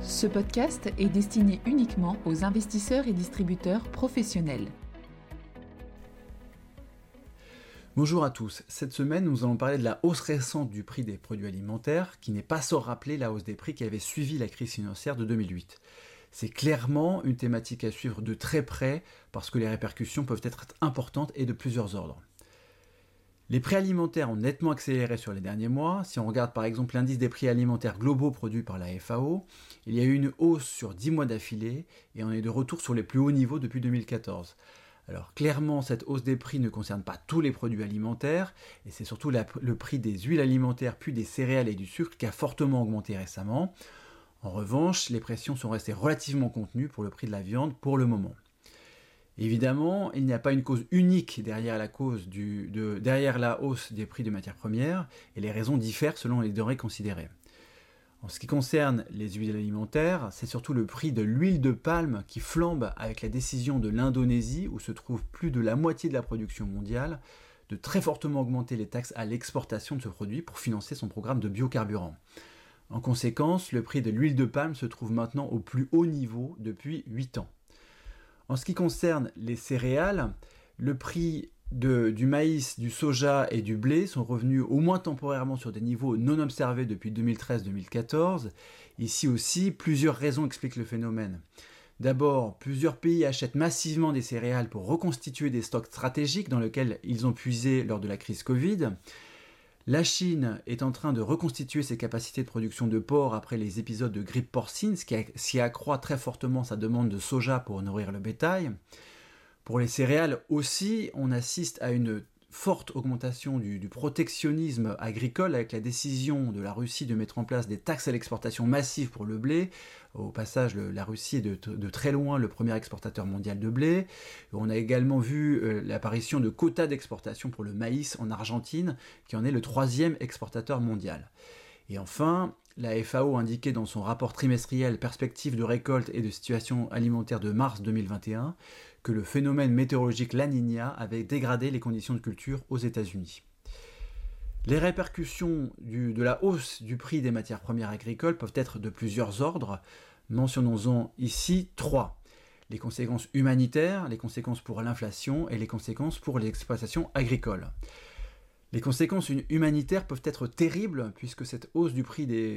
Ce podcast est destiné uniquement aux investisseurs et distributeurs professionnels. Bonjour à tous, cette semaine nous allons parler de la hausse récente du prix des produits alimentaires qui n'est pas sans rappeler la hausse des prix qui avait suivi la crise financière de 2008. C'est clairement une thématique à suivre de très près parce que les répercussions peuvent être importantes et de plusieurs ordres. Les prix alimentaires ont nettement accéléré sur les derniers mois. Si on regarde par exemple l'indice des prix alimentaires globaux produit par la FAO, il y a eu une hausse sur 10 mois d'affilée et on est de retour sur les plus hauts niveaux depuis 2014. Alors clairement, cette hausse des prix ne concerne pas tous les produits alimentaires et c'est surtout le prix des huiles alimentaires puis des céréales et du sucre qui a fortement augmenté récemment. En revanche, les pressions sont restées relativement contenues pour le prix de la viande pour le moment. Évidemment, il n'y a pas une cause unique derrière la hausse des prix de matières premières, et les raisons diffèrent selon les denrées considérées. En ce qui concerne les huiles alimentaires, c'est surtout le prix de l'huile de palme qui flambe avec la décision de l'Indonésie, où se trouve plus de la moitié de la production mondiale, de très fortement augmenter les taxes à l'exportation de ce produit pour financer son programme de biocarburants. En conséquence, le prix de l'huile de palme se trouve maintenant au plus haut niveau depuis 8 ans. En ce qui concerne les céréales, le prix du maïs, du soja et du blé sont revenus au moins temporairement sur des niveaux non observés depuis 2013-2014. Ici aussi, plusieurs raisons expliquent le phénomène. D'abord, plusieurs pays achètent massivement des céréales pour reconstituer des stocks stratégiques dans lesquels ils ont puisé lors de la crise Covid. La Chine est en train de reconstituer ses capacités de production de porc après les épisodes de grippe porcine, ce qui accroît très fortement sa demande de soja pour nourrir le bétail. Pour les céréales aussi, on assiste à une forte augmentation du protectionnisme agricole avec la décision de la Russie de mettre en place des taxes à l'exportation massives pour le blé. Au passage, la Russie est de très loin le premier exportateur mondial de blé. On a également vu l'apparition de quotas d'exportation pour le maïs en Argentine, qui en est le troisième exportateur mondial. Et enfin, la FAO indiquait dans son rapport trimestriel Perspectives de récolte et de situation alimentaire de mars 2021 que le phénomène météorologique La Niña avait dégradé les conditions de culture aux États-Unis. Les répercussions de la hausse du prix des matières premières agricoles peuvent être de plusieurs ordres. Mentionnons-en ici 3. Les conséquences humanitaires, les conséquences pour l'inflation et les conséquences pour les exploitations agricoles. Les conséquences humanitaires peuvent être terribles puisque cette hausse des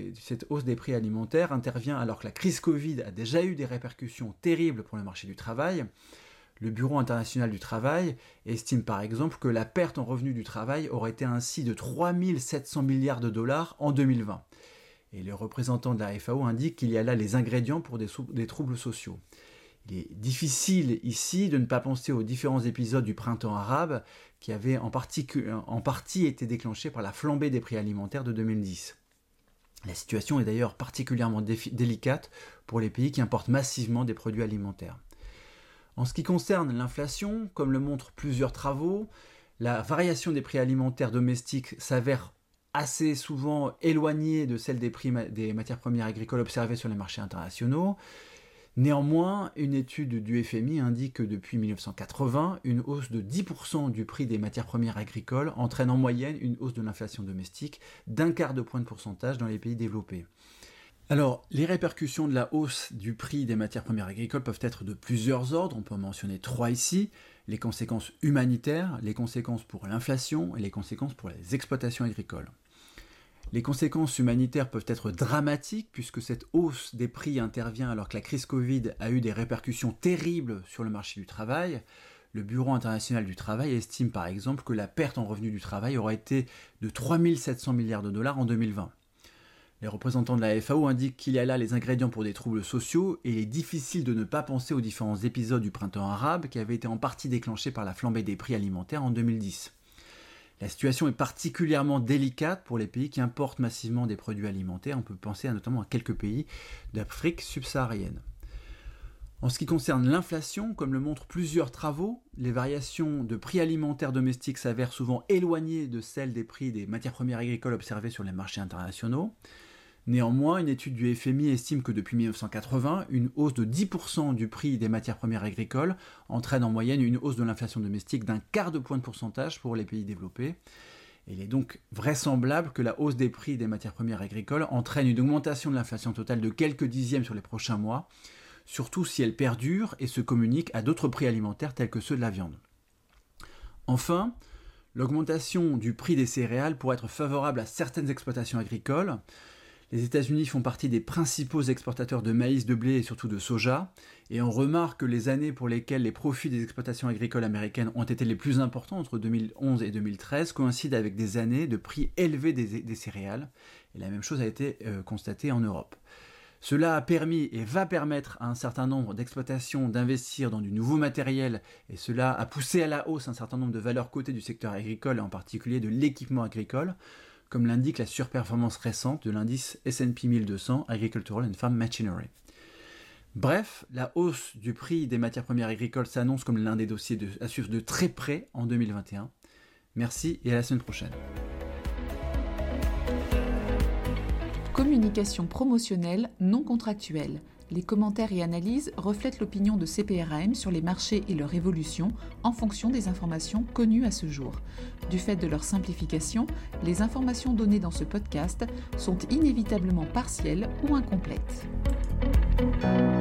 prix alimentaires intervient alors que la crise Covid a déjà eu des répercussions terribles pour le marché du travail. Le Bureau international du travail estime par exemple que la perte en revenus du travail aurait été ainsi de 3 700 milliards de dollars en 2020. Et le représentant de la FAO indique qu'il y a là les ingrédients pour des troubles sociaux. Il est difficile ici de ne pas penser aux différents épisodes du printemps arabe qui avaient en partie été déclenchés par la flambée des prix alimentaires de 2010. La situation est d'ailleurs particulièrement délicate pour les pays qui importent massivement des produits alimentaires. En ce qui concerne l'inflation, comme le montrent plusieurs travaux, la variation des prix alimentaires domestiques s'avère assez souvent éloignée de celle des prix des matières premières agricoles observées sur les marchés internationaux. Néanmoins, une étude du FMI indique que depuis 1980, une hausse de 10% du prix des matières premières agricoles entraîne en moyenne une hausse de l'inflation domestique d'un quart de point de pourcentage dans les pays développés. Alors, les répercussions de la hausse du prix des matières premières agricoles peuvent être de plusieurs ordres, on peut en mentionner 3 ici, les conséquences humanitaires, les conséquences pour l'inflation et les conséquences pour les exploitations agricoles. Les conséquences humanitaires peuvent être dramatiques puisque cette hausse des prix intervient alors que la crise Covid a eu des répercussions terribles sur le marché du travail. Le Bureau international du travail estime par exemple que la perte en revenus du travail aurait été de 3 700 milliards de dollars en 2020. Les représentants de la FAO indiquent qu'il y a là les ingrédients pour des troubles sociaux et il est difficile de ne pas penser aux différents épisodes du printemps arabe qui avaient été en partie déclenchés par la flambée des prix alimentaires en 2010. La situation est particulièrement délicate pour les pays qui importent massivement des produits alimentaires. On peut penser notamment à quelques pays d'Afrique subsaharienne. En ce qui concerne l'inflation, comme le montrent plusieurs travaux, les variations de prix alimentaires domestiques s'avèrent souvent éloignées de celles des prix des matières premières agricoles observées sur les marchés internationaux. Néanmoins, une étude du FMI estime que depuis 1980, une hausse de 10% du prix des matières premières agricoles entraîne en moyenne une hausse de l'inflation domestique d'un quart de point de pourcentage pour les pays développés. Il est donc vraisemblable que la hausse des prix des matières premières agricoles entraîne une augmentation de l'inflation totale de quelques dixièmes sur les prochains mois, surtout si elle perdure et se communique à d'autres prix alimentaires tels que ceux de la viande. Enfin, l'augmentation du prix des céréales pourrait être favorable à certaines exploitations agricoles. Les États-Unis font partie des principaux exportateurs de maïs, de blé et surtout de soja, et on remarque que les années pour lesquelles les profits des exploitations agricoles américaines ont été les plus importants, entre 2011 et 2013, coïncident avec des années de prix élevés des céréales, et la même chose a été constatée en Europe. Cela a permis et va permettre à un certain nombre d'exploitations d'investir dans du nouveau matériel, et cela a poussé à la hausse un certain nombre de valeurs cotées du secteur agricole, et en particulier de l'équipement agricole, comme l'indique la surperformance récente de l'indice S&P 1200 Agricultural and Farm Machinery. Bref, la hausse du prix des matières premières agricoles s'annonce comme l'un des dossiers à suivre de très près en 2021. Merci et à la semaine prochaine. Communication promotionnelle non contractuelle. Les commentaires et analyses reflètent l'opinion de CPRAM sur les marchés et leur évolution en fonction des informations connues à ce jour. Du fait de leur simplification, les informations données dans ce podcast sont inévitablement partielles ou incomplètes.